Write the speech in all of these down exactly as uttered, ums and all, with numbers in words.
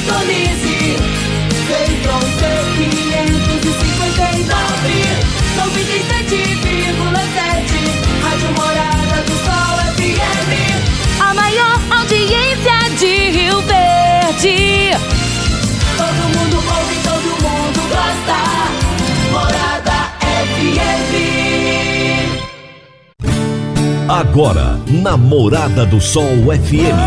sintonize. Feitron T quinhentos e cinquenta e nove, noventa e sete vírgula sete, Rádio Morada do Sol F M. A maior audiência de Rio Verde. Todo mundo ouve, todo mundo gosta. Morada F M. Agora, na Morada do Sol F M.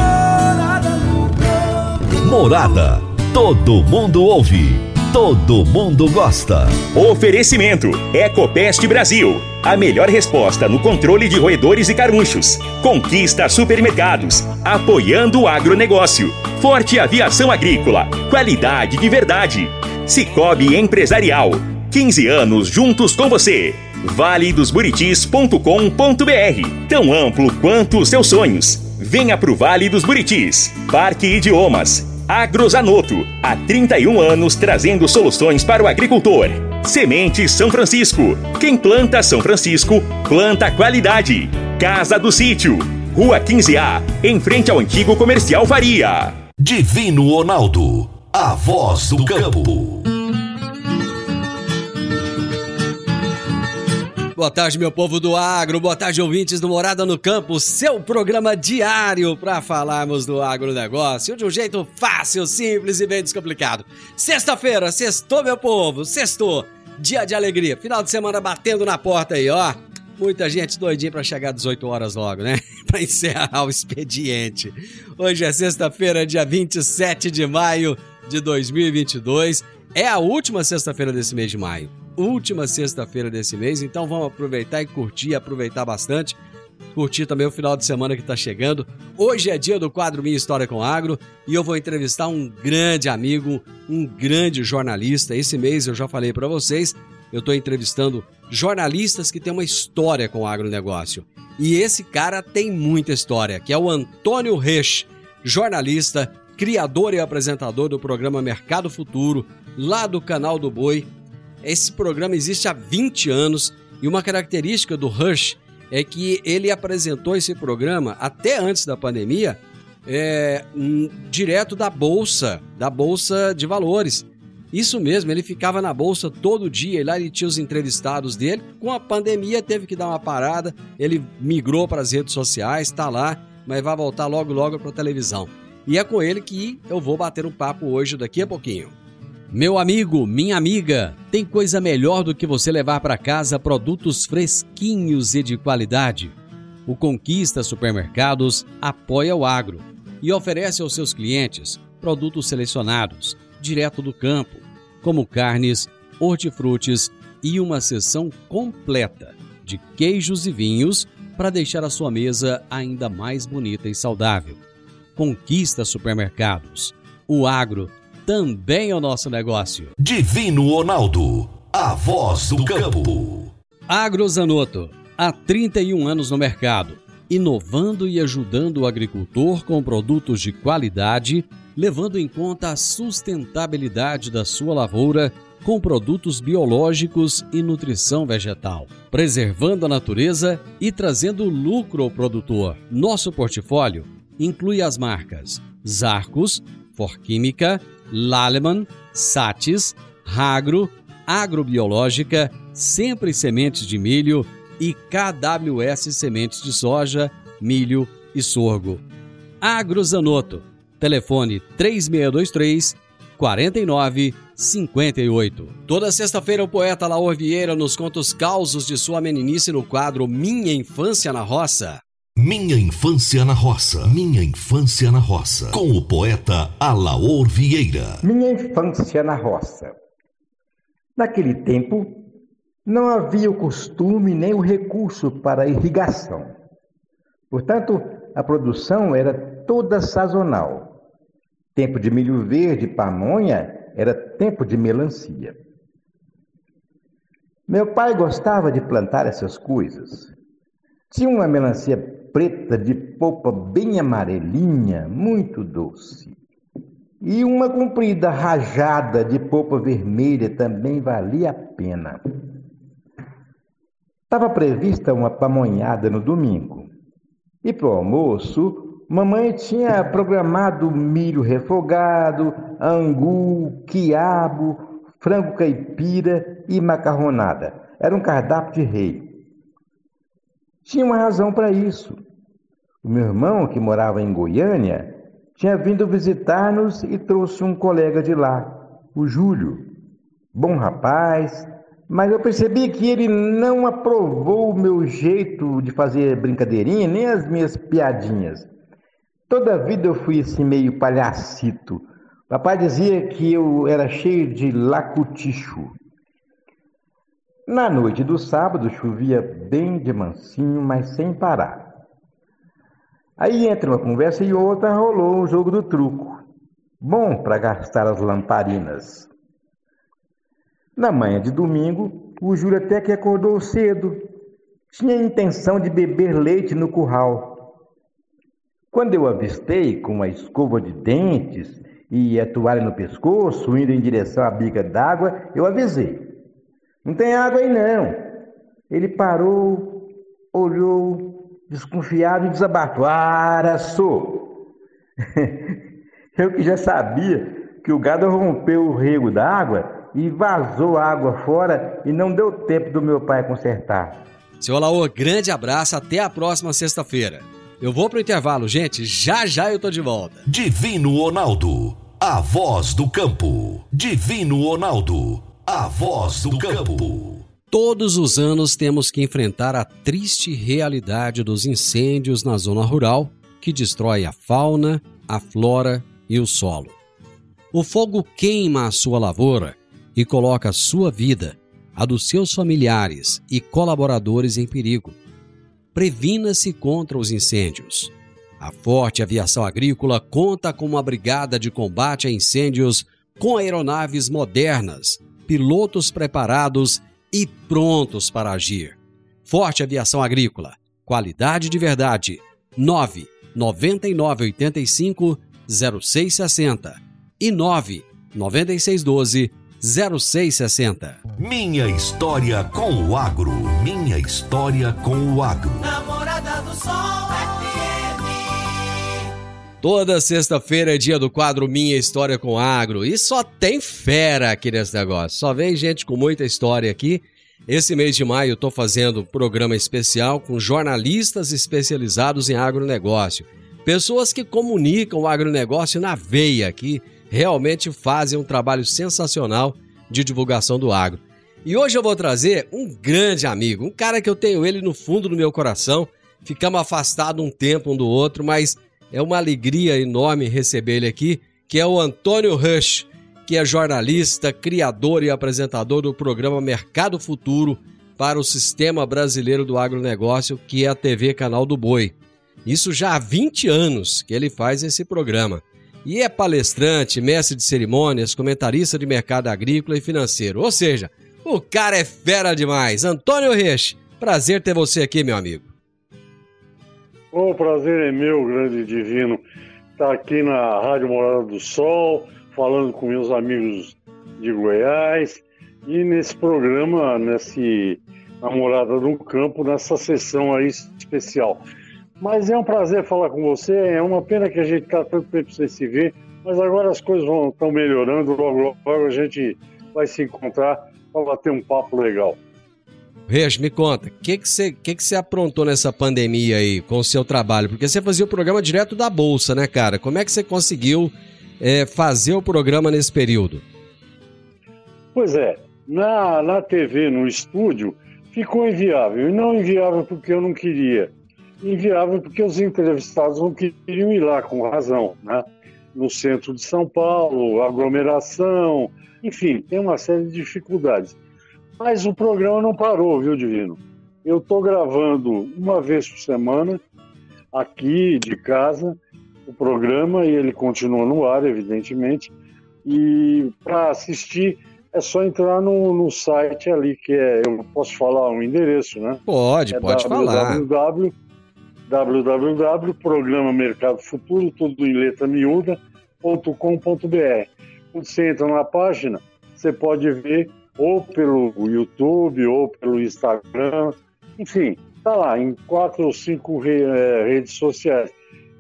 Morada. Todo mundo ouve. Todo mundo gosta. Oferecimento: Ecopest Brasil. A melhor resposta no controle de roedores e carunchos. Conquista Supermercados. Apoiando o agronegócio. Forte Aviação Agrícola. Qualidade de verdade. Cicobi Empresarial. quinze anos juntos com você. vale dos buritis ponto com ponto b r. Tão amplo quanto os seus sonhos. Venha pro Vale dos Buritis. Parque Idiomas. Agrozanoto. Há trinta e um anos trazendo soluções para o agricultor. Sementes São Francisco. Quem planta São Francisco, planta qualidade. Casa do Sítio. Rua quinze A, em frente ao antigo Comercial Faria. Divino Ronaldo, a voz do campo. Boa tarde, meu povo do agro, boa tarde, ouvintes do Morada no Campo, seu programa diário para falarmos do agronegócio de um jeito fácil, simples e bem descomplicado. Sexta-feira, sextou, meu povo, sextou, dia de alegria, final de semana batendo na porta aí, ó. Muita gente doidinha para chegar às dezoito horas logo, né? Para encerrar o expediente. Hoje é sexta-feira, dia vinte e sete de maio de dois mil e vinte e dois, é a última sexta-feira desse mês de maio. Última sexta-feira desse mês, então vamos aproveitar e curtir, aproveitar bastante, curtir também o final de semana que está chegando. Hoje é dia do quadro Minha História com Agro e eu vou entrevistar um grande amigo, um grande jornalista. Esse mês eu já falei para vocês, eu estou entrevistando jornalistas que têm uma história com o agronegócio. E esse cara tem muita história, que é o Antônio Resch, jornalista, criador e apresentador do programa Mercado Futuro, lá do Canal do Boi. Esse programa existe há vinte anos e uma característica do Resch é que ele apresentou esse programa até antes da pandemia, é, um, direto da Bolsa, da Bolsa de Valores. Isso mesmo, ele ficava na Bolsa todo dia e lá ele tinha os entrevistados dele. Com a pandemia teve que dar uma parada, ele migrou para as redes sociais, está lá, mas vai voltar logo logo para a televisão. E é com ele que eu vou bater um papo hoje daqui a pouquinho. Meu amigo, minha amiga, tem coisa melhor do que você levar para casa produtos fresquinhos e de qualidade? O Conquista Supermercados apoia o agro e oferece aos seus clientes produtos selecionados, direto do campo, como carnes, hortifrutis e uma seção completa de queijos e vinhos para deixar a sua mesa ainda mais bonita e saudável. Conquista Supermercados. O agro também é o nosso negócio. Divino Ronaldo, a voz do campo. Agrozanoto, há trinta e um anos no mercado, inovando e ajudando o agricultor com produtos de qualidade, levando em conta a sustentabilidade da sua lavoura com produtos biológicos e nutrição vegetal, preservando a natureza e trazendo lucro ao produtor. Nosso portfólio inclui as marcas Zarcos, Forquímica, Laleman, Satis, Ragro, Agrobiológica, Sempre Sementes de Milho e K W S Sementes de Soja, Milho e Sorgo. Agrozanoto, telefone três seis dois três, quatro nove cinco oito. Toda sexta-feira o poeta Laor Vieira nos conta os causos de sua meninice no quadro Minha Infância na Roça. Minha Infância na Roça, Minha Infância na Roça, com o poeta Alaor Vieira. Minha infância na roça. Naquele tempo, não havia o costume nem o recurso para a irrigação. Portanto, a produção era toda sazonal. Tempo de milho verde e pamonha era tempo de melancia. Meu pai gostava de plantar essas coisas. Tinha uma melancia preta de polpa bem amarelinha, muito doce. E uma comprida rajada de polpa vermelha também valia a pena. Estava prevista uma pamonhada no domingo. E para o almoço, Mamãe tinha programado milho refogado, angu, quiabo, frango caipira e macarronada. Era um cardápio de rei. Tinha uma razão para isso. O meu irmão, que morava em Goiânia, tinha vindo visitar-nos e trouxe um colega de lá, o Júlio. Bom rapaz, mas eu percebi que ele não aprovou o meu jeito de fazer brincadeirinha, nem as minhas piadinhas. Toda a vida eu fui assim meio palhacito. Papai dizia que eu era cheio de lacuticho. Na noite do sábado chovia bem de mansinho, mas sem parar. Aí entre uma conversa e outra rolou o jogo do truco. Bom para gastar as lamparinas. Na manhã de domingo, o Júlio até que acordou cedo. Tinha a intenção de beber leite no curral. Quando eu avistei com a escova de dentes e a toalha no pescoço, indo em direção à bica d'água, eu avisei. Não tem água aí não. Ele parou, olhou, desconfiado e desabafou. Ah, sou. Eu que já sabia que o gado rompeu o rego da água e vazou a água fora e não deu tempo do meu pai consertar. Seu Alaô, grande abraço, até a próxima sexta-feira. Eu vou pro intervalo, gente, já já eu tô de volta. Divino Ronaldo, a voz do campo. Divino Ronaldo, a voz do campo. Todos os anos temos que enfrentar a triste realidade dos incêndios na zona rural, que destrói a fauna, a flora e o solo. O fogo queima a sua lavoura e coloca a sua vida, a dos seus familiares e colaboradores em perigo. Previna-se contra os incêndios. A Forte Aviação Agrícola conta com uma brigada de combate a incêndios com aeronaves modernas, pilotos preparados e prontos para agir. Forte Aviação Agrícola, qualidade de verdade. nove nove nove oito cinco zero seis seis zero e nove nove seis um dois zero seis seis zero. Minha história com o agro. Minha história com o agro. Namorada do Sol F M. Toda sexta-feira é dia do quadro Minha História com o Agro. E só tem fera aqui nesse negócio. Só vem gente com muita história aqui. Esse mês de maio eu estou fazendo programa especial com jornalistas especializados em agronegócio. Pessoas que comunicam o agronegócio na veia, que realmente fazem um trabalho sensacional de divulgação do agro. E hoje eu vou trazer um grande amigo, um cara que eu tenho ele no fundo do meu coração. Ficamos afastados um tempo um do outro, mas é uma alegria enorme receber ele aqui, que é o Antônio Rush, que é jornalista, criador e apresentador do programa Mercado Futuro para o Sistema Brasileiro do Agronegócio, que é a T V Canal do Boi. Isso já há vinte anos que ele faz esse programa. E é palestrante, mestre de cerimônias, comentarista de mercado agrícola e financeiro. Ou seja, o cara é fera demais. Antônio Rush, prazer ter você aqui, meu amigo. O prazer é meu, grande divino, estar aqui na Rádio Morada do Sol, falando com meus amigos de Goiás e nesse programa, nesse Namorada do Campo, nessa sessão aí especial. Mas é um prazer falar com você, é uma pena que a gente está tanto tempo sem se ver, mas agora as coisas estão melhorando, logo, logo a gente vai se encontrar para bater um papo legal. Rush, me conta, o que que você que que você aprontou nessa pandemia aí com o seu trabalho? Porque você fazia o programa direto da Bolsa, né, cara? Como é que você conseguiu é, fazer o programa nesse período? Pois é, na, na T V, no estúdio, ficou inviável. E não inviável porque eu não queria. Inviável porque os entrevistados não queriam ir lá, com razão, né? No centro de São Paulo, aglomeração, enfim, tem uma série de dificuldades. Mas o programa não parou, viu, Divino? Eu estou gravando uma vez por semana, aqui de casa, o programa, e ele continua no ar, evidentemente. E para assistir é só entrar no, no site ali, que é, eu posso falar um endereço, né? Pode, é pode falar. www w w w ponto programa Mercado Futuro, tudo em letra miúda, ponto com ponto b r. Quando você entra na página, você pode ver ou pelo YouTube, ou pelo Instagram, enfim, tá lá em quatro ou cinco re, é, redes sociais.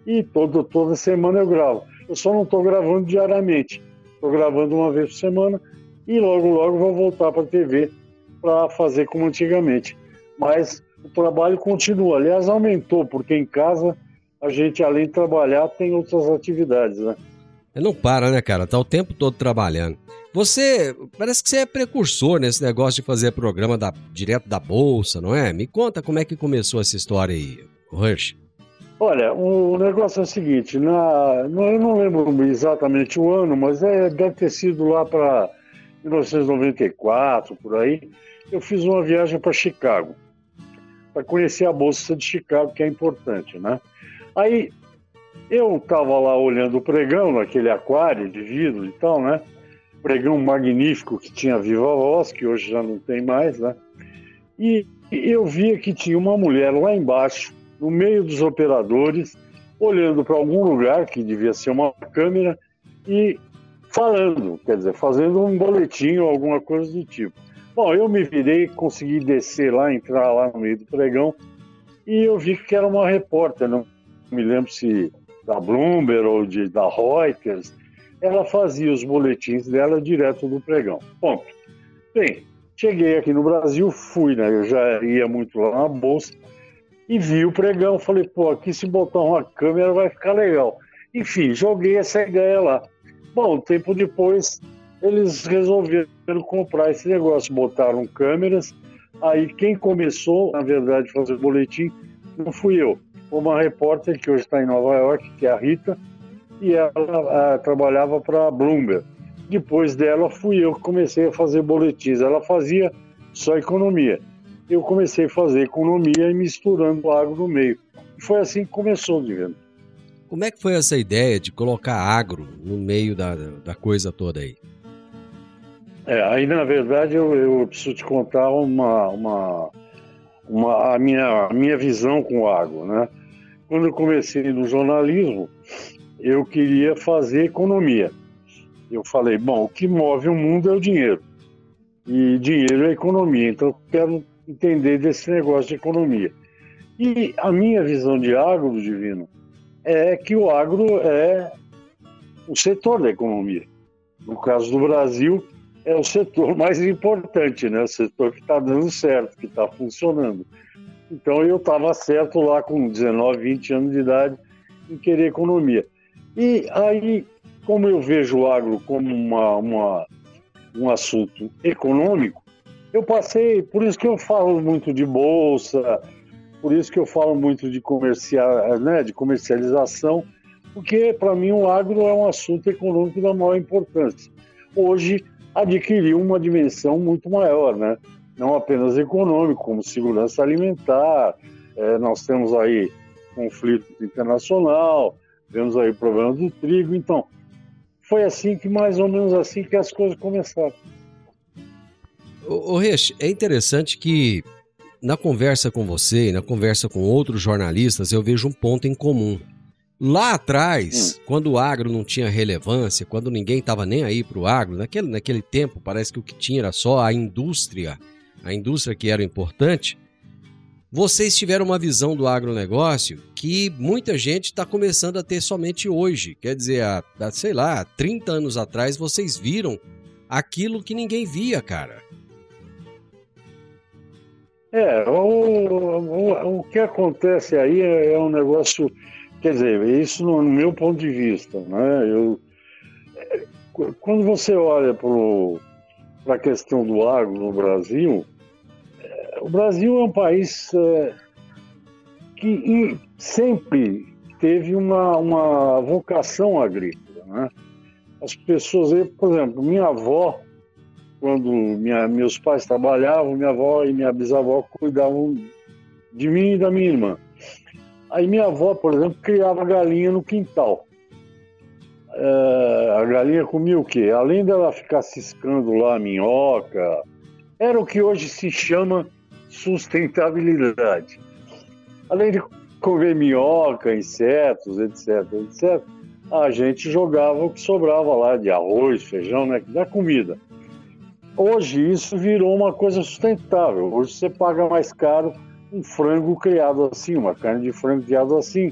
e todo, toda semana eu gravo. Eu só não estou gravando diariamente, estou gravando uma vez por semana e logo, logo vou voltar para a T V para fazer como antigamente. Mas o trabalho continua, aliás, aumentou, porque em casa a gente, além de trabalhar, tem outras atividades, né? Não para, né, cara? Tá o tempo todo trabalhando. Você, parece que você é precursor nesse negócio de fazer programa da, direto da Bolsa, não é? Me conta como é que começou essa história aí, Rush. Olha, o negócio é o seguinte, na, eu não lembro exatamente o ano, mas é, deve ter sido lá para mil novecentos e noventa e quatro, por aí, eu fiz uma viagem para Chicago, para conhecer a Bolsa de Chicago, que é importante, né? Aí eu estava lá olhando o pregão, naquele aquário de vidro e tal, né? Pregão magnífico que tinha Viva Voz, que hoje já não tem mais, né? E eu via que tinha uma mulher lá embaixo, no meio dos operadores, olhando para algum lugar, que devia ser uma câmera, e falando, quer dizer, fazendo um boletim ou alguma coisa do tipo. Bom, eu me virei, consegui descer lá, entrar lá no meio do pregão, e eu vi que era uma repórter, não me lembro se da Bloomberg ou de, da Reuters. Ela fazia os boletins dela direto do pregão. Ponto. Bem, cheguei aqui no Brasil, fui, né? Eu já ia muito lá na Bolsa e vi o pregão. Falei, pô, aqui se botar uma câmera vai ficar legal. Enfim, joguei essa ideia lá. Bom, um tempo depois, eles resolveram comprar esse negócio, botaram câmeras. Aí quem começou, na verdade, a fazer o boletim não fui eu. Foi uma repórter que hoje está em Nova York, que é a Rita, e ela a, trabalhava para a Bloomberg. Depois dela, fui eu que comecei a fazer boletins. Ela fazia só economia. Eu comecei a fazer economia e misturando o agro no meio. E foi assim que começou, digamos. Como é que foi essa ideia de colocar agro no meio da, da coisa toda aí? É, aí, na verdade, eu, eu preciso te contar uma, uma, uma, a, minha, a minha visão com o agro, né? Quando eu comecei no jornalismo, eu queria fazer economia. Eu falei, bom, o que move o mundo é o dinheiro. E dinheiro é economia, então eu quero entender desse negócio de economia. E a minha visão de agro, Divino, é que o agro é o setor da economia. No caso do Brasil, é o setor mais importante, né? O setor que está dando certo, que está funcionando. Então eu estava certo lá com dezenove, vinte anos de idade em querer economia. E aí, como eu vejo o agro como uma, uma, um assunto econômico, eu passei, por isso que eu falo muito de bolsa, por isso que eu falo muito de, comercial, né, de comercialização, porque para mim o agro é um assunto econômico da maior importância. Hoje adquiriu uma dimensão muito maior, né? Não apenas econômico, como segurança alimentar, é, nós temos aí conflito internacional, temos aí o problema do trigo, então foi assim que, mais ou menos assim que as coisas começaram. Ô, ô Reis, é interessante que na conversa com você e na conversa com outros jornalistas eu vejo um ponto em comum. Lá atrás, hum. quando o agro não tinha relevância, quando ninguém estava nem aí para o agro, naquele, naquele tempo parece que o que tinha era só a indústria, a indústria que era importante, vocês tiveram uma visão do agronegócio que muita gente está começando a ter somente hoje. Quer dizer, há, há, sei lá, trinta anos atrás vocês viram aquilo que ninguém via, cara. É, o, o, o que acontece aí é, é um negócio... Quer dizer, isso no, no meu ponto de vista, né? Eu, quando você olha para a questão do agro no Brasil, é, o Brasil é um país é, que sempre teve uma, uma vocação agrícola, né? As pessoas, por exemplo, minha avó, quando minha, meus pais trabalhavam, minha avó e minha bisavó cuidavam de mim e da minha irmã. Aí minha avó, por exemplo, criava galinha no quintal. É, a galinha comia o quê? Além dela ficar ciscando lá a minhoca, era o que hoje se chama sustentabilidade. Além de comer minhoca, insetos, etc, etcétera, a gente jogava o que sobrava lá de arroz, feijão, né, da comida. Hoje isso virou uma coisa sustentável. Hoje você paga mais caro um frango criado assim, uma carne de frango criado assim,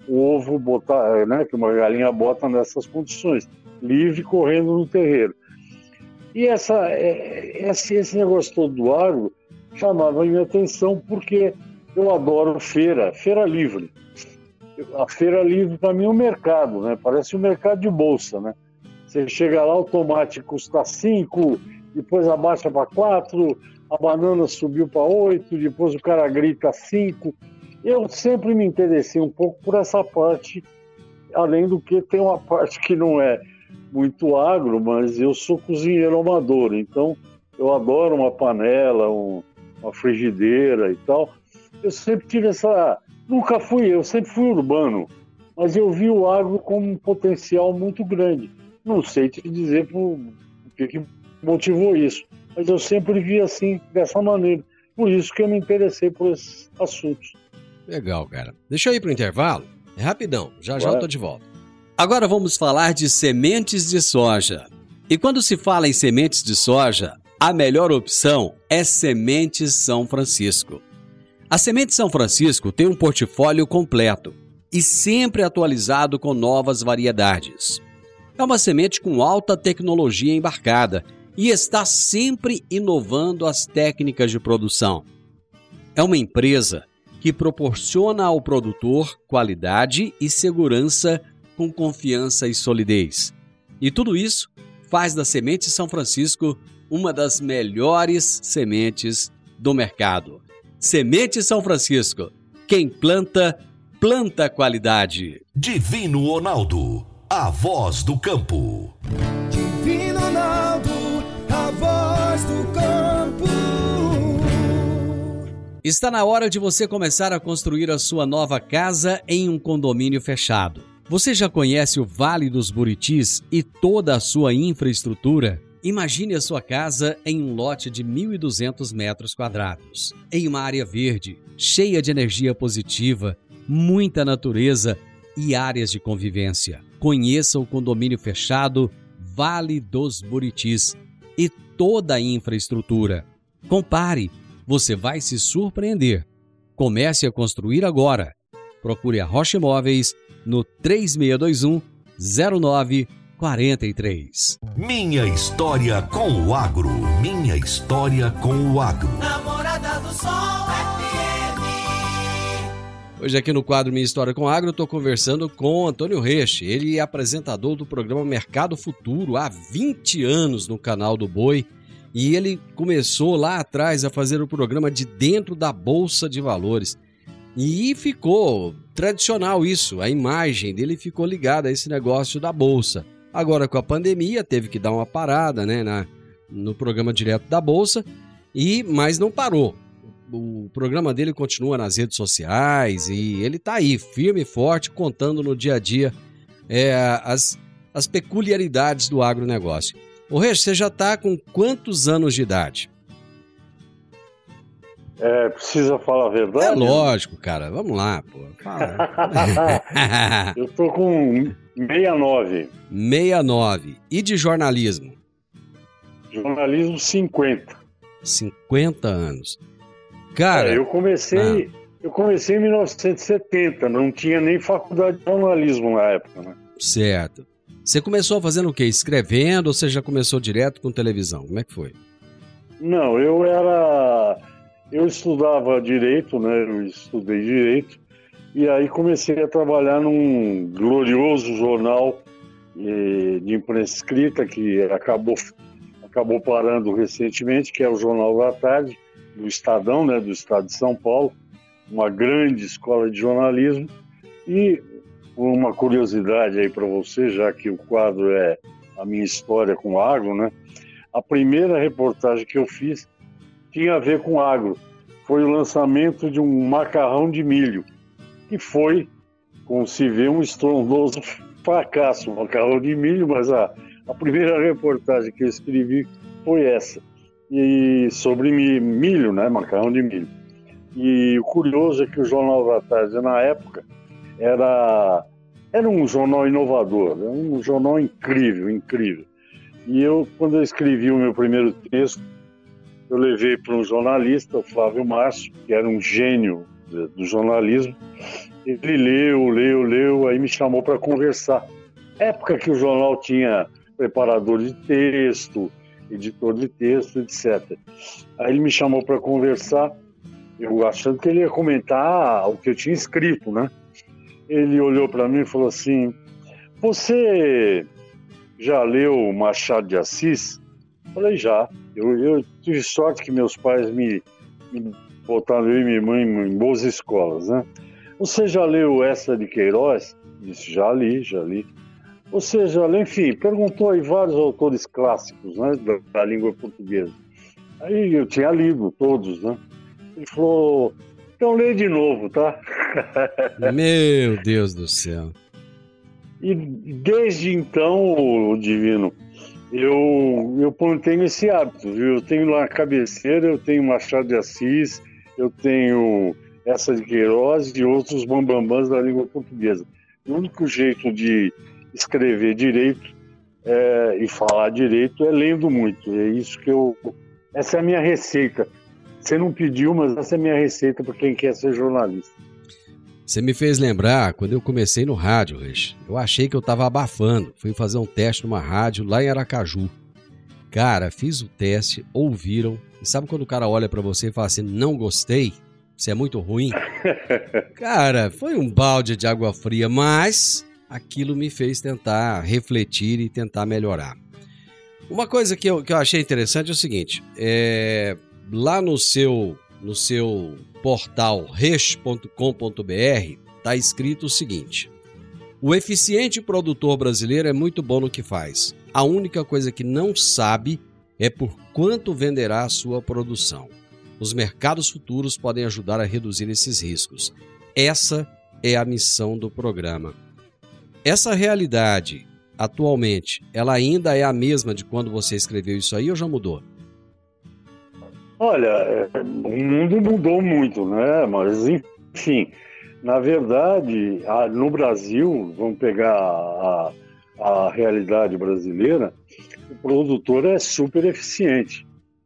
o ovo botar, né, que uma galinha bota nessas condições, livre, correndo no terreiro. E essa, esse, esse negócio todo do agro chamava a minha atenção porque eu adoro feira, feira livre. A feira livre para mim é um mercado, né? Parece um mercado de bolsa, né? Você chega lá, o tomate custa cinco, depois abaixa para quatro, a banana subiu para oito, depois o cara grita cinco. Eu sempre me interessei um pouco por essa parte, além do que tem uma parte que não é muito agro, mas eu sou cozinheiro amador, então eu adoro uma panela, um, uma frigideira e tal. Eu sempre tive essa... Nunca fui, eu sempre fui urbano, mas eu vi o agro como um potencial muito grande. Não sei te dizer por, por que, que motivou isso, mas eu sempre vi assim, dessa maneira. Por isso que eu me interessei por esses assuntos. Legal, cara. Deixa eu ir pro intervalo. É rapidão, já já eu tô de volta. Agora vamos falar de sementes de soja. E quando se fala em sementes de soja, a melhor opção é Sementes São Francisco. A Semente São Francisco tem um portfólio completo e sempre atualizado com novas variedades. É uma semente com alta tecnologia embarcada e está sempre inovando as técnicas de produção. É uma empresa que proporciona ao produtor qualidade e segurança com confiança e solidez. E tudo isso faz da Semente São Francisco uma das melhores sementes do mercado. Semente São Francisco. Quem planta, planta qualidade. Divino Ronaldo, a voz do campo. Divino Ronaldo, a voz do campo. Está na hora de você começar a construir a sua nova casa em um condomínio fechado. Você já conhece o Vale dos Buritis e toda a sua infraestrutura? Imagine a sua casa em um lote de mil e duzentos metros quadrados, em uma área verde, cheia de energia positiva, muita natureza e áreas de convivência. Conheça o condomínio fechado Vale dos Buritis e toda a infraestrutura. Compare, você vai se surpreender. Comece a construir agora. Procure a Rocha Imóveis no três seis dois um, zero nove quatro três. Minha história com o agro. Minha história com o agro. Namorada do Sol F M. Hoje aqui no quadro Minha História com o Agro, eu estou conversando com Antônio Resch. Ele é apresentador do programa Mercado Futuro há vinte anos no canal do Boi. E ele começou lá atrás a fazer o programa de dentro da Bolsa de Valores. E ficou tradicional isso, a imagem dele ficou ligada a esse negócio da Bolsa. Agora com a pandemia teve que dar uma parada, né, na, no programa direto da Bolsa, e, mas não parou. O programa dele continua nas redes sociais e ele está aí, firme e forte, contando no dia a dia é, as, as peculiaridades do agronegócio. Ô Resch, você já está com quantos anos de idade? É, precisa falar a verdade? É lógico, cara. Vamos lá, pô. Fala. Eu tô com sessenta e nove. sessenta e nove. E de jornalismo? Jornalismo cinquenta. cinquenta anos. Cara... É, eu comecei... Ah. Eu comecei em mil novecentos e setenta. Não tinha nem faculdade de jornalismo na época, né? Certo. Você começou fazendo o quê? Escrevendo ou você já começou direto com televisão? Como é que foi? Não, eu era... Eu estudava Direito, né? Eu estudei Direito. E aí comecei a trabalhar num glorioso jornal eh, de imprensa escrita que acabou, acabou parando recentemente, que é o Jornal da Tarde, do Estadão, né? Do Estado de São Paulo. Uma grande escola de jornalismo. E uma curiosidade aí para você, já que o quadro é a minha história com agro, né? A primeira reportagem que eu fiz tinha a ver com agro. Foi o lançamento de um macarrão de milho, que foi, como se vê, um estrondoso fracasso, um macarrão de milho, mas a, a primeira reportagem que eu escrevi foi essa, e sobre milho, né, macarrão de milho. E o curioso é que o Jornal da Tarde, na época, era, era um jornal inovador, um jornal incrível, incrível. E eu, quando eu escrevi o meu primeiro texto, eu levei para um jornalista, o Flávio Márcio, que era um gênio do jornalismo. Ele leu, leu, leu, aí me chamou para conversar. Época que o jornal tinha preparador de texto, editor de texto, etcétera. Aí ele me chamou para conversar, eu achando que ele ia comentar o que eu tinha escrito, né? Ele olhou para mim e falou assim: você já leu Machado de Assis? Eu falei, já. Eu, eu tive sorte que meus pais me, me botaram, eu e minha mãe, em boas escolas, né? Você já leu essa de Queiroz? Disse, já li, já li. Você já leu, enfim, perguntou aí vários autores clássicos, né, da, da língua portuguesa. Aí eu tinha lido todos, né? Ele falou, então lê de novo, tá? Meu Deus do céu. E desde então, o Divino, eu, eu tenho esse hábito, viu? Eu tenho lá a cabeceira, eu tenho Machado de Assis, eu tenho essa de Queiroz e outros bambambãs da língua portuguesa. O único jeito de escrever direito é, e falar direito é lendo muito. É isso que eu... Essa é a minha receita. Você não pediu, mas essa é a minha receita para quem quer ser jornalista. Você me fez lembrar, quando eu comecei no rádio, Reis, eu achei que eu tava abafando. Fui fazer um teste numa rádio lá em Aracaju. Cara, fiz o teste, ouviram. E sabe quando o cara olha pra você e fala assim, não gostei? Você é muito ruim? Cara, foi um balde de água fria, mas aquilo me fez tentar refletir e tentar melhorar. Uma coisa que eu, que eu achei interessante é o seguinte, é, lá no seu... no seu portal res ponto com ponto b r está escrito o seguinte: o eficiente produtor brasileiro é muito bom no que faz. A única coisa que não sabe é por quanto venderá a sua produção. Os mercados futuros podem ajudar a reduzir esses riscos. Essa é a missão do programa. Essa realidade, atualmente, ela ainda é a mesma de quando você escreveu isso aí ou já mudou? Olha, o mundo mudou muito, né? Mas, enfim, na verdade, no Brasil, vamos pegar a, a realidade brasileira, o produtor é super eficiente.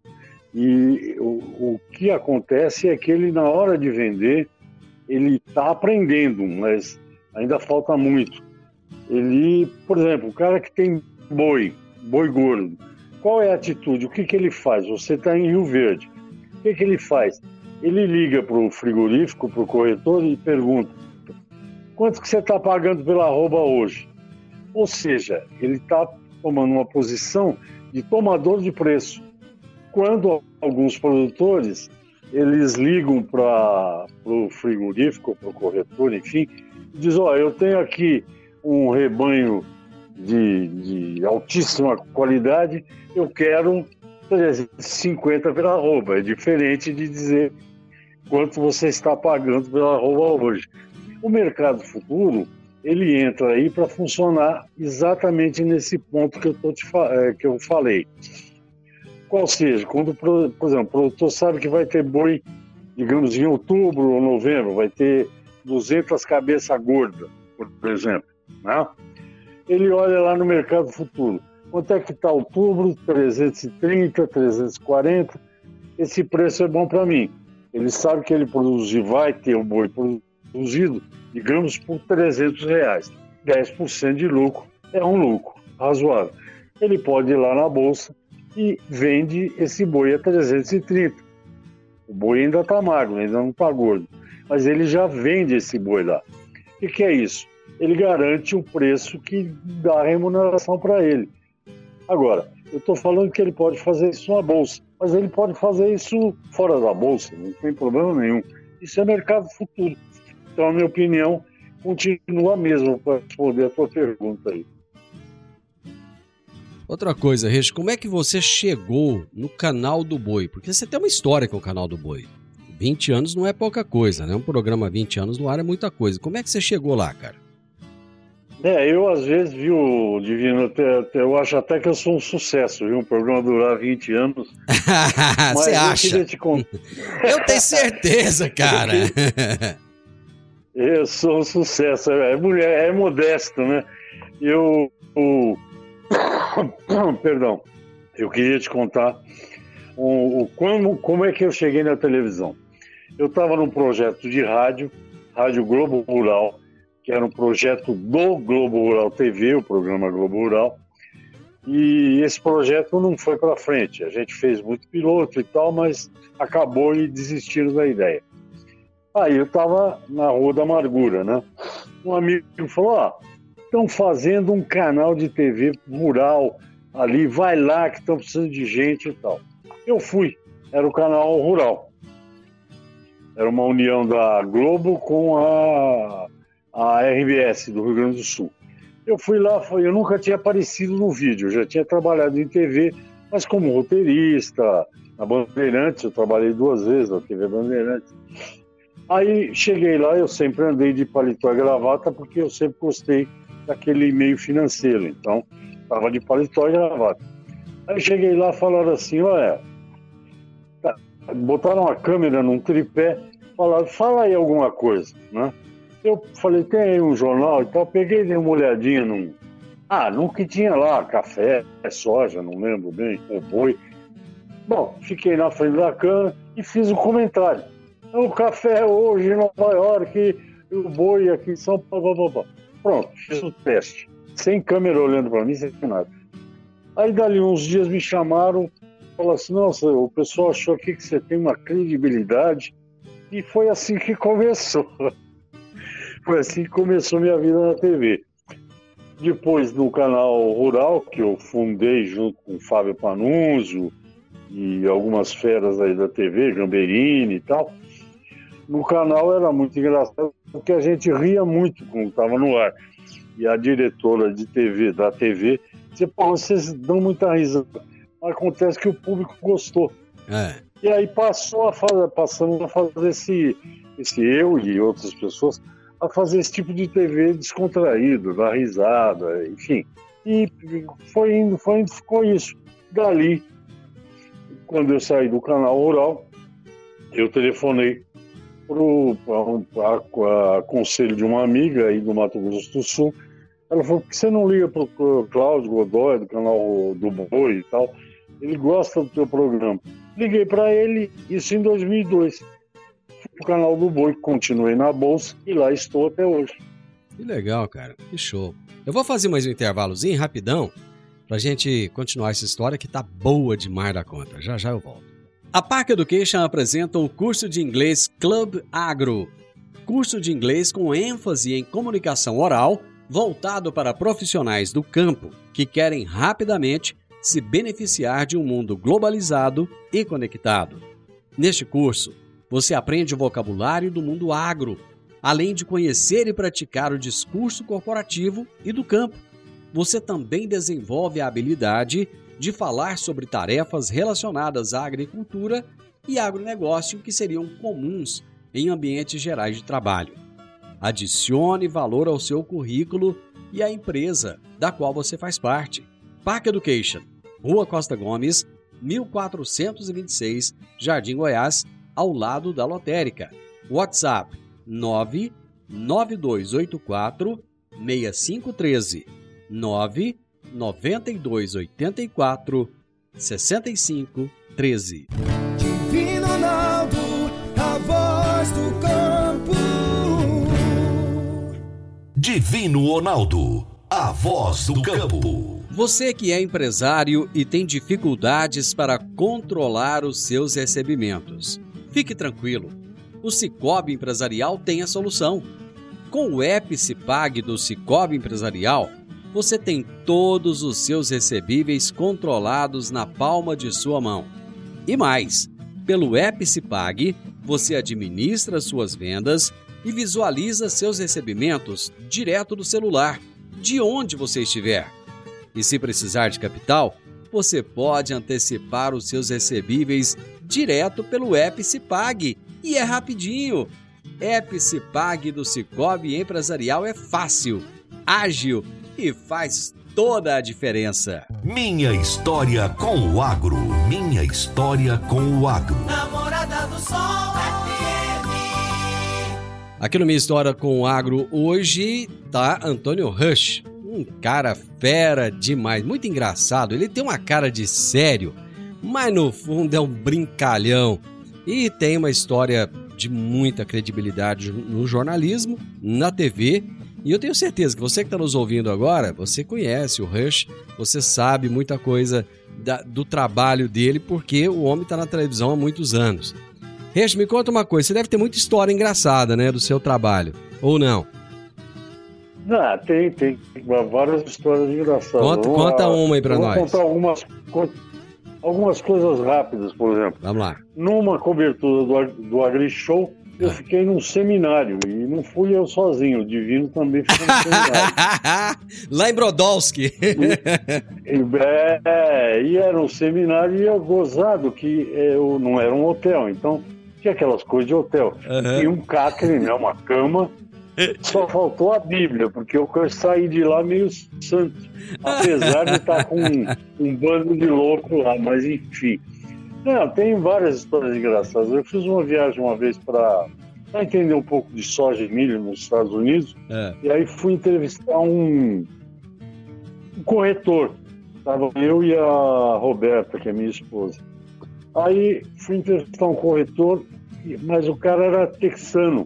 E o, o que acontece é que ele, na hora de vender, ele está aprendendo, mas ainda falta muito. Ele, por exemplo, o cara que tem boi, boi gordo, qual é a atitude? O que, que ele faz? Você está em Rio Verde. O que, que ele faz? Ele liga para o frigorífico, para o corretor e pergunta: quanto que você está pagando pela arroba hoje? Ou seja, ele está tomando uma posição de tomador de preço. Quando alguns produtores, eles ligam para o frigorífico, para o corretor, enfim, e dizem, ó, eu tenho aqui um rebanho de, de altíssima qualidade, eu quero trezentos e cinquenta pela arroba. É diferente de dizer quanto você está pagando pela arroba hoje. O mercado futuro, ele entra aí para funcionar exatamente nesse ponto que eu, tô te, que eu falei. Qual seja, quando, por exemplo, o produtor sabe que vai ter boi, digamos, em outubro ou novembro, vai ter duzentas cabeças gordas, por exemplo, né? Ele olha lá no mercado futuro. Quanto é que está outubro? trezentos e trinta, trezentos e quarenta. Esse preço é bom para mim. Ele sabe que ele produzir, vai ter o boi produzido, digamos, por trezentos reais. dez por cento de lucro é um lucro razoável. Ele pode ir lá na bolsa e vende esse boi a trezentos e trinta. O boi ainda está magro, ainda não está gordo. Mas ele já vende esse boi lá. O que, que é isso? Ele garante o preço que dá remuneração para ele. Agora, eu estou falando que ele pode fazer isso na bolsa, mas ele pode fazer isso fora da bolsa, não tem problema nenhum. Isso é mercado futuro. Então, a minha opinião continua a mesma para responder a tua pergunta aí. Outra coisa, Reis, como é que você chegou no canal do Boi? Porque você tem uma história com o canal do Boi. vinte anos não é pouca coisa, né? Um programa vinte anos no ar é muita coisa. Como é que você chegou lá, cara? É, eu às vezes, viu, Divino, até, até, eu acho até que eu sou um sucesso, viu? Um programa durar vinte anos. Você acha? Eu, te cont... eu tenho certeza, cara. Eu sou um sucesso. É, mulher, é modesto, né? Eu... eu... Perdão. Eu queria te contar o, o, como, como é que eu cheguei na televisão. Eu estava num projeto de rádio Rádio Globo Rural, que era um projeto do Globo Rural T V, o programa Globo Rural, e esse projeto não foi para frente. A gente fez muito piloto e tal, mas acabou e desistiram da ideia. Aí eu estava na Rua da Amargura, né? Um amigo falou, ó, estão fazendo um canal de T V rural ali, vai lá que estão precisando de gente e tal. Eu fui, era o canal rural. Era uma união da Globo com a, a R B S do Rio Grande do Sul. Eu fui lá, foi, eu nunca tinha aparecido no vídeo, eu já tinha trabalhado em T V, mas como roteirista, na Bandeirantes, eu trabalhei duas vezes na T V Bandeirantes. Aí cheguei lá, eu sempre andei de paletó e gravata, porque eu sempre gostei daquele meio financeiro, então estava de paletó e gravata. Aí cheguei lá, falaram assim, olha, botaram uma câmera num tripé, falaram, fala aí alguma coisa, né? Eu falei, tem aí um jornal e tal, peguei e dei uma olhadinha num... Ah, num que tinha lá, café, soja, não lembro bem, ou boi. Bom, fiquei na frente da câmera e fiz um comentário. O café hoje em Nova York, o boi aqui em São Paulo, blá, blá, blá. Pronto, fiz o teste. Sem câmera olhando para mim, sem nada. Aí dali uns dias me chamaram, falaram assim, nossa, o pessoal achou aqui que você tem uma credibilidade. E foi assim que começou. Foi assim que começou minha vida na T V. Depois, no canal Rural, que eu fundei junto com o Fábio Panunzio e algumas feras aí da T V, Gamberini e tal, no canal era muito engraçado, porque a gente ria muito quando estava no ar. E a diretora de T V, da T V, dizia, pô, vocês dão muita risada. Acontece que o público gostou. É. E aí passou a fazer, passamos a fazer esse, esse eu e outras pessoas, a fazer esse tipo de T V descontraído, dar risada, enfim. E foi indo, foi indo, ficou isso. Dali, quando eu saí do canal Rural, eu telefonei para a conselho de uma amiga aí do Mato Grosso do Sul. Ela falou, por que você não liga para o Cláudio Godoy, do canal do Boi e tal? Ele gosta do teu programa. Liguei para ele, isso em dois mil e dois. Fui pro canal do Boi, continuei na Bolsa e lá estou até hoje. Que legal, cara. Que show. Eu vou fazer mais um intervalozinho, rapidão, pra gente continuar essa história que tá boa demais da conta. Já já eu volto. A Park Education apresenta o curso de inglês Club Agro. Curso de inglês com ênfase em comunicação oral, voltado para profissionais do campo que querem rapidamente se beneficiar de um mundo globalizado e conectado. Neste curso, você aprende o vocabulário do mundo agro, além de conhecer e praticar o discurso corporativo e do campo. Você também desenvolve a habilidade de falar sobre tarefas relacionadas à agricultura e agronegócio que seriam comuns em ambientes gerais de trabalho. Adicione valor ao seu currículo e à empresa da qual você faz parte. Park Education, Rua Costa Gomes, mil quatrocentos e vinte e seis, Jardim Goiás, ao lado da lotérica. WhatsApp nove nove dois oito quatro seis cinco um três, nove nove dois oito quatro seis cinco um três. Divino Ronaldo, a voz do campo. Divino Ronaldo, a voz do campo. Você que é empresário e tem dificuldades para controlar os seus recebimentos, fique tranquilo, o Sicoob Empresarial tem a solução. Com o app Cipag do Sicoob Empresarial, você tem todos os seus recebíveis controlados na palma de sua mão. E mais, pelo app Cipag, você administra suas vendas e visualiza seus recebimentos direto do celular, de onde você estiver. E se precisar de capital, você pode antecipar os seus recebíveis direto pelo app Cipag. E é rapidinho. App Cipag do Sicoob Empresarial é fácil, ágil e faz toda a diferença. Minha história com o agro. Minha história com o agro. Namorada do Sol F M. Aqui no Minha História com o Agro hoje tá Antônio Rush. Um cara fera demais, muito engraçado. Ele tem uma cara de sério, mas no fundo é um brincalhão. E tem uma história de muita credibilidade no jornalismo, na T V, e eu tenho certeza que você que está nos ouvindo agora, você conhece o Rush, você sabe muita coisa da, do trabalho dele, porque o homem está na televisão há muitos anos. Rush, me conta uma coisa, você deve ter muita história engraçada, né, do seu trabalho, ou não? Ah, tem, tem várias histórias engraçadas. Conta uma, conta uma aí pra vou nós. Vou contar algumas, algumas coisas rápidas, por exemplo. Vamos lá. Numa cobertura do, do AgriShow, eu ah. fiquei num seminário, e não fui eu sozinho, o Divino também ficou no seminário. Lá em Brodowski. E, e, é, e era um seminário e eu gozado que eu, não era um hotel, então tinha aquelas coisas de hotel. Uhum. Tinha um catre, né, uma cama. Só faltou a Bíblia, porque eu saí de lá meio santo, apesar de estar com um, um bando de louco lá, mas enfim. Não, tem várias histórias engraçadas. Eu fiz uma viagem uma vez para entender um pouco de soja e milho nos Estados Unidos, é. E aí fui entrevistar um, um corretor. Estava eu e a Roberta, que é minha esposa. Aí fui entrevistar um corretor, mas o cara era texano.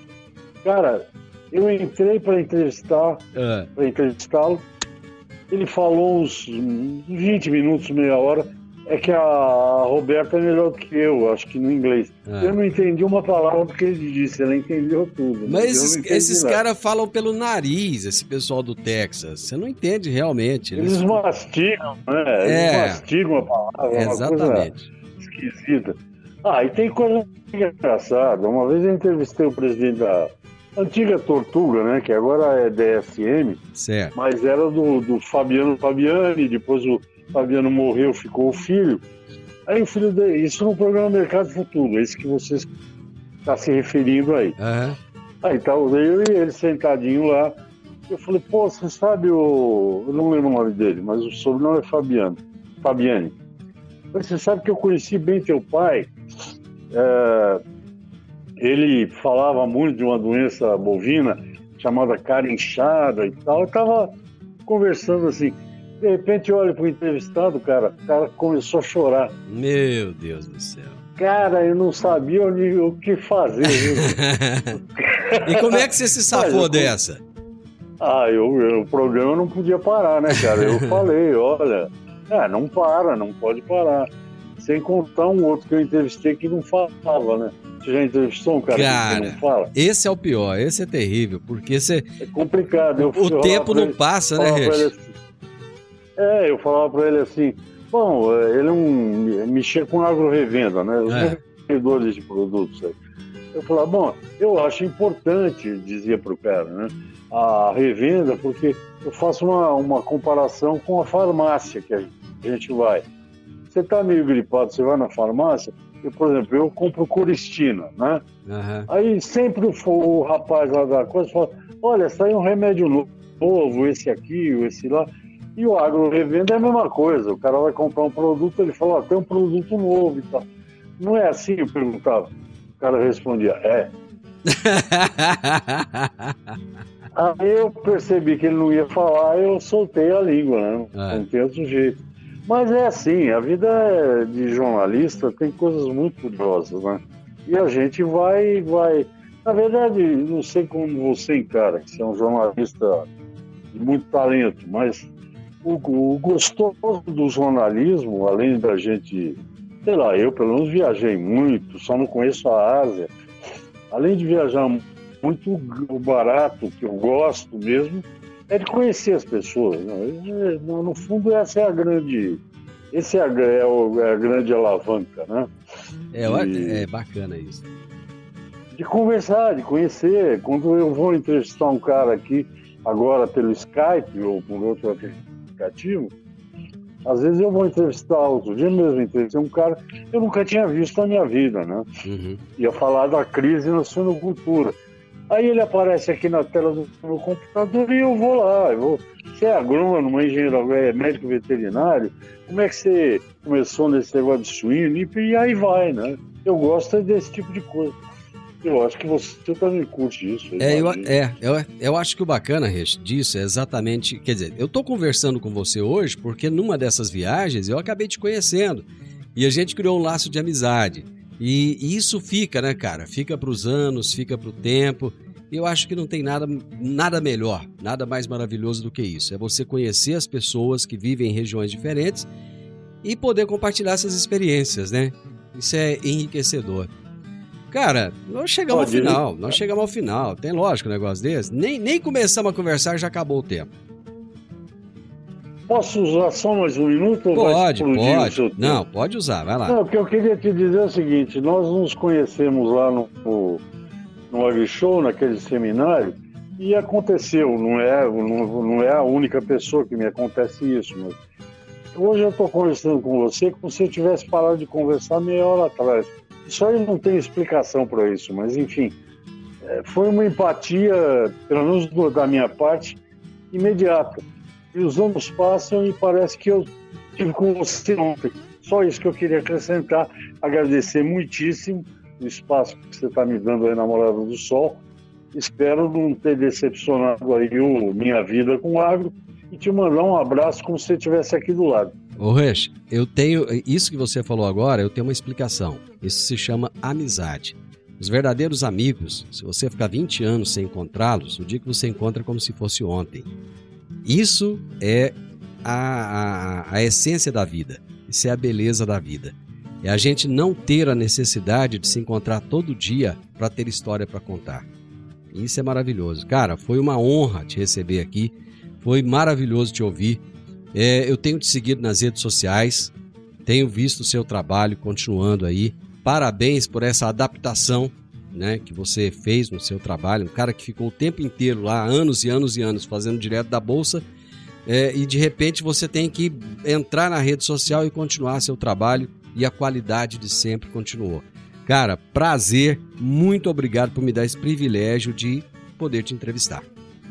Cara, eu entrei para entrevistar, é. para entrevistá-lo. Ele falou uns vinte minutos, meia hora. É que a Roberta é melhor do que eu, acho que no inglês. É. Eu não entendi uma palavra do que ele disse, ela entendeu tudo. Mas esses, esses caras falam pelo nariz, esse pessoal do Texas. Você não entende realmente. Eles, eles mastigam, né? Eles é. mastigam a palavra. Exatamente. Uma coisa esquisita. Ah, e tem coisa engraçada. Uma vez eu entrevistei o presidente da antiga Tortuga, né, que agora é D S M, certo. Mas era do, do Fabiano Fabiani, depois o Fabiano morreu, ficou o filho. Aí o filho dele, isso no programa Mercado Futuro, esse que você está se referindo aí. Uhum. Aí tá eu e ele sentadinho lá. Eu falei, pô, você sabe o... Eu não lembro o nome dele, mas o sobrenome é Fabiano. Fabiani. Você sabe que eu conheci bem teu pai? É... Ele falava muito de uma doença bovina chamada cara inchada e tal. Eu tava conversando assim. De repente eu olho pro entrevistado, cara, o cara começou a chorar. Meu Deus do céu. Cara, eu não sabia onde, o que fazer. E como é que você se safou eu, dessa? Ah, eu, eu, o programa não podia parar, né, cara? Eu falei, olha, é, não para, não pode parar. Sem contar um outro que eu entrevistei que não falava, né? Você já entrevistou um cara, cara que não fala? Esse é o pior, esse é terrível, porque você... É complicado. Eu, o eu tempo não ele, passa, né, Regi? É, eu falava pra ele assim, bom, ele não mexia com agro-revenda, né? Os é. vendedores de produtos aí. Eu falava, bom, eu acho importante, dizia pro cara, né? A revenda, porque eu faço uma, uma comparação com a farmácia que a gente vai. Você tá meio gripado, você vai na farmácia, eu, por exemplo, eu compro Coristina, né? Uhum. Aí sempre o, o rapaz lá da coisa fala, olha, saiu um remédio novo, esse aqui, esse lá. E o agro-revenda é a mesma coisa. O cara vai comprar um produto, ele fala, ó, tem um produto novo e tal. Não é assim, eu perguntava. O cara respondia, é. Aí eu percebi que ele não ia falar, eu soltei a língua, né? É. Não tem outro jeito. Mas é assim, a vida de jornalista tem coisas muito curiosas, né? E a gente vai, vai... Na verdade, não sei como você encara, que você é um jornalista de muito talento, mas o, o gostoso do jornalismo, além da gente... Sei lá, eu pelo menos viajei muito, só não conheço a Ásia. Além de viajar muito barato, que eu gosto mesmo, é de conhecer as pessoas. Né? No fundo, essa é a grande... Esse é a, é o, é a grande alavanca, né? É, de, é bacana isso. De conversar, de conhecer. Quando eu vou entrevistar um cara aqui, agora pelo Skype ou por outro aplicativo, às vezes eu vou entrevistar, outro dia mesmo entrevistei um cara que eu nunca tinha visto na minha vida, né? Uhum. Ia falar da crise na suinocultura. Aí ele aparece aqui na tela do meu computador e eu vou lá. Eu vou, você é agrônomo, engenheiro, é médico veterinário? Como é que você começou nesse negócio de suíno? E, e aí vai, né? Eu gosto desse tipo de coisa. Eu acho que você também curte isso. É eu, é, eu, eu acho que o bacana, Regi, disso é exatamente... Quer dizer, eu tô conversando com você hoje porque numa dessas viagens eu acabei te conhecendo. E a gente criou um laço de amizade. E, e isso fica, né, cara? Fica para os anos, fica para o tempo. Eu acho que não tem nada, nada melhor, nada mais maravilhoso do que isso. É você conhecer as pessoas que vivem em regiões diferentes e poder compartilhar essas experiências, né? Isso é enriquecedor. Cara, nós chegamos Pode ao final, ir. nós chegamos ao final. Tem lógico um negócio desse? Nem, nem começamos a conversar, já acabou o tempo. Posso usar só mais um minuto? Ou pode, vai pode. O seu tempo? Não, pode usar, vai lá. Não, o que eu queria te dizer é o seguinte, nós nos conhecemos lá no, no, no AgriShow, naquele seminário, e aconteceu, não é, não, não é a única pessoa que me acontece isso, mas hoje eu estou conversando com você como se eu tivesse parado de conversar meia hora atrás. Isso aí não tem explicação para isso, mas enfim, foi uma empatia, pelo menos da minha parte, imediata. E os anos passam e parece que eu estive com você ontem. Só isso que eu queria acrescentar, agradecer muitíssimo o espaço que você está me dando aí na Morada do Sol. Espero não ter decepcionado aí o Minha Vida com o Agro e te mandar um abraço como se você estivesse aqui do lado. Ô Reis, eu tenho, isso que você falou agora, eu tenho uma explicação. Isso se chama amizade. Os verdadeiros amigos, se você ficar vinte anos sem encontrá-los, o dia que você encontra é como se fosse ontem. Isso é a, a, a essência da vida, isso é a beleza da vida. É a gente não ter a necessidade de se encontrar todo dia para ter história para contar. Isso é maravilhoso. Cara, foi uma honra te receber aqui, foi maravilhoso te ouvir. É, eu tenho te seguido nas redes sociais, tenho visto o seu trabalho continuando aí. Parabéns por essa adaptação, né, que você fez no seu trabalho. Um cara que ficou o tempo inteiro lá, anos e anos e anos, fazendo direto da bolsa, é, e de repente você tem que entrar na rede social e continuar seu trabalho, e a qualidade de sempre continuou. Cara, prazer, muito obrigado por me dar esse privilégio de poder te entrevistar.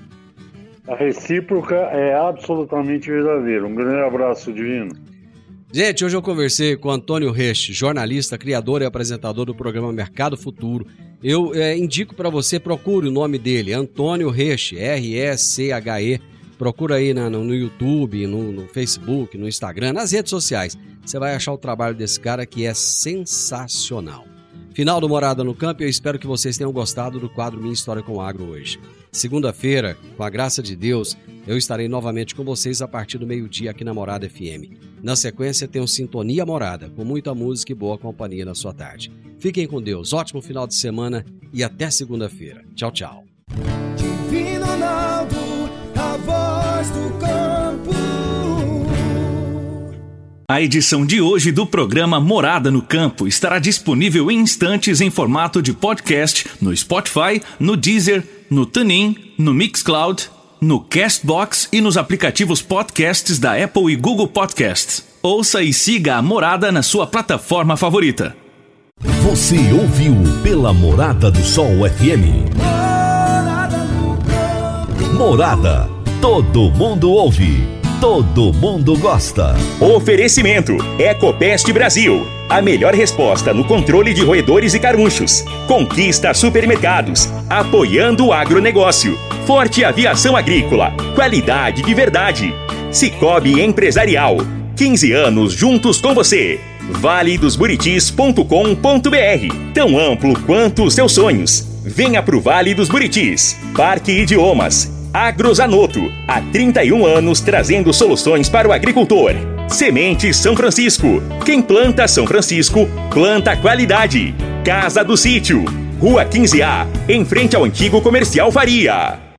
A recíproca é absolutamente verdadeira. Um grande abraço, Divino. Gente, hoje eu conversei com Antônio Resch, jornalista, criador e apresentador do programa Mercado Futuro. Eu é, indico para você, procure o nome dele, Antônio Resch, R E C H E. Procura aí na, no, no YouTube, no, no Facebook, no Instagram, nas redes sociais. Você vai achar o trabalho desse cara que é sensacional. Final do Morada no Campo, eu espero que vocês tenham gostado do quadro Minha História com o Agro hoje. Segunda-feira, com a graça de Deus, eu estarei novamente com vocês a partir do meio-dia aqui na Morada F M. Na sequência, tem o Sintonia Morada, com muita música e boa companhia na sua tarde. Fiquem com Deus, ótimo final de semana e até segunda-feira. Tchau, tchau. Divino Ronaldo, a voz do campo. A edição de hoje do programa Morada no Campo estará disponível em instantes em formato de podcast no Spotify, no Deezer, no TuneIn, no Mixcloud, no Castbox e nos aplicativos podcasts da Apple e Google Podcasts. Ouça e siga a Morada na sua plataforma favorita. Você ouviu pela Morada do Sol F M. Morada. Todo mundo ouve. Todo mundo gosta. Oferecimento Ecopest Brasil. A melhor resposta no controle de roedores e carunchos. Conquista Supermercados. Apoiando o agronegócio. Forte Aviação Agrícola. Qualidade de verdade. Cicobi Empresarial. quinze anos juntos com você. vale dos buritis ponto com ponto b r. Tão amplo quanto os seus sonhos. Venha pro Vale dos Buritis. Parque Idiomas. Agrozanoto, há trinta e um anos trazendo soluções para o agricultor. Semente São Francisco. Quem planta São Francisco, planta qualidade. Casa do Sítio, Rua quinze A, em frente ao antigo Comercial Faria.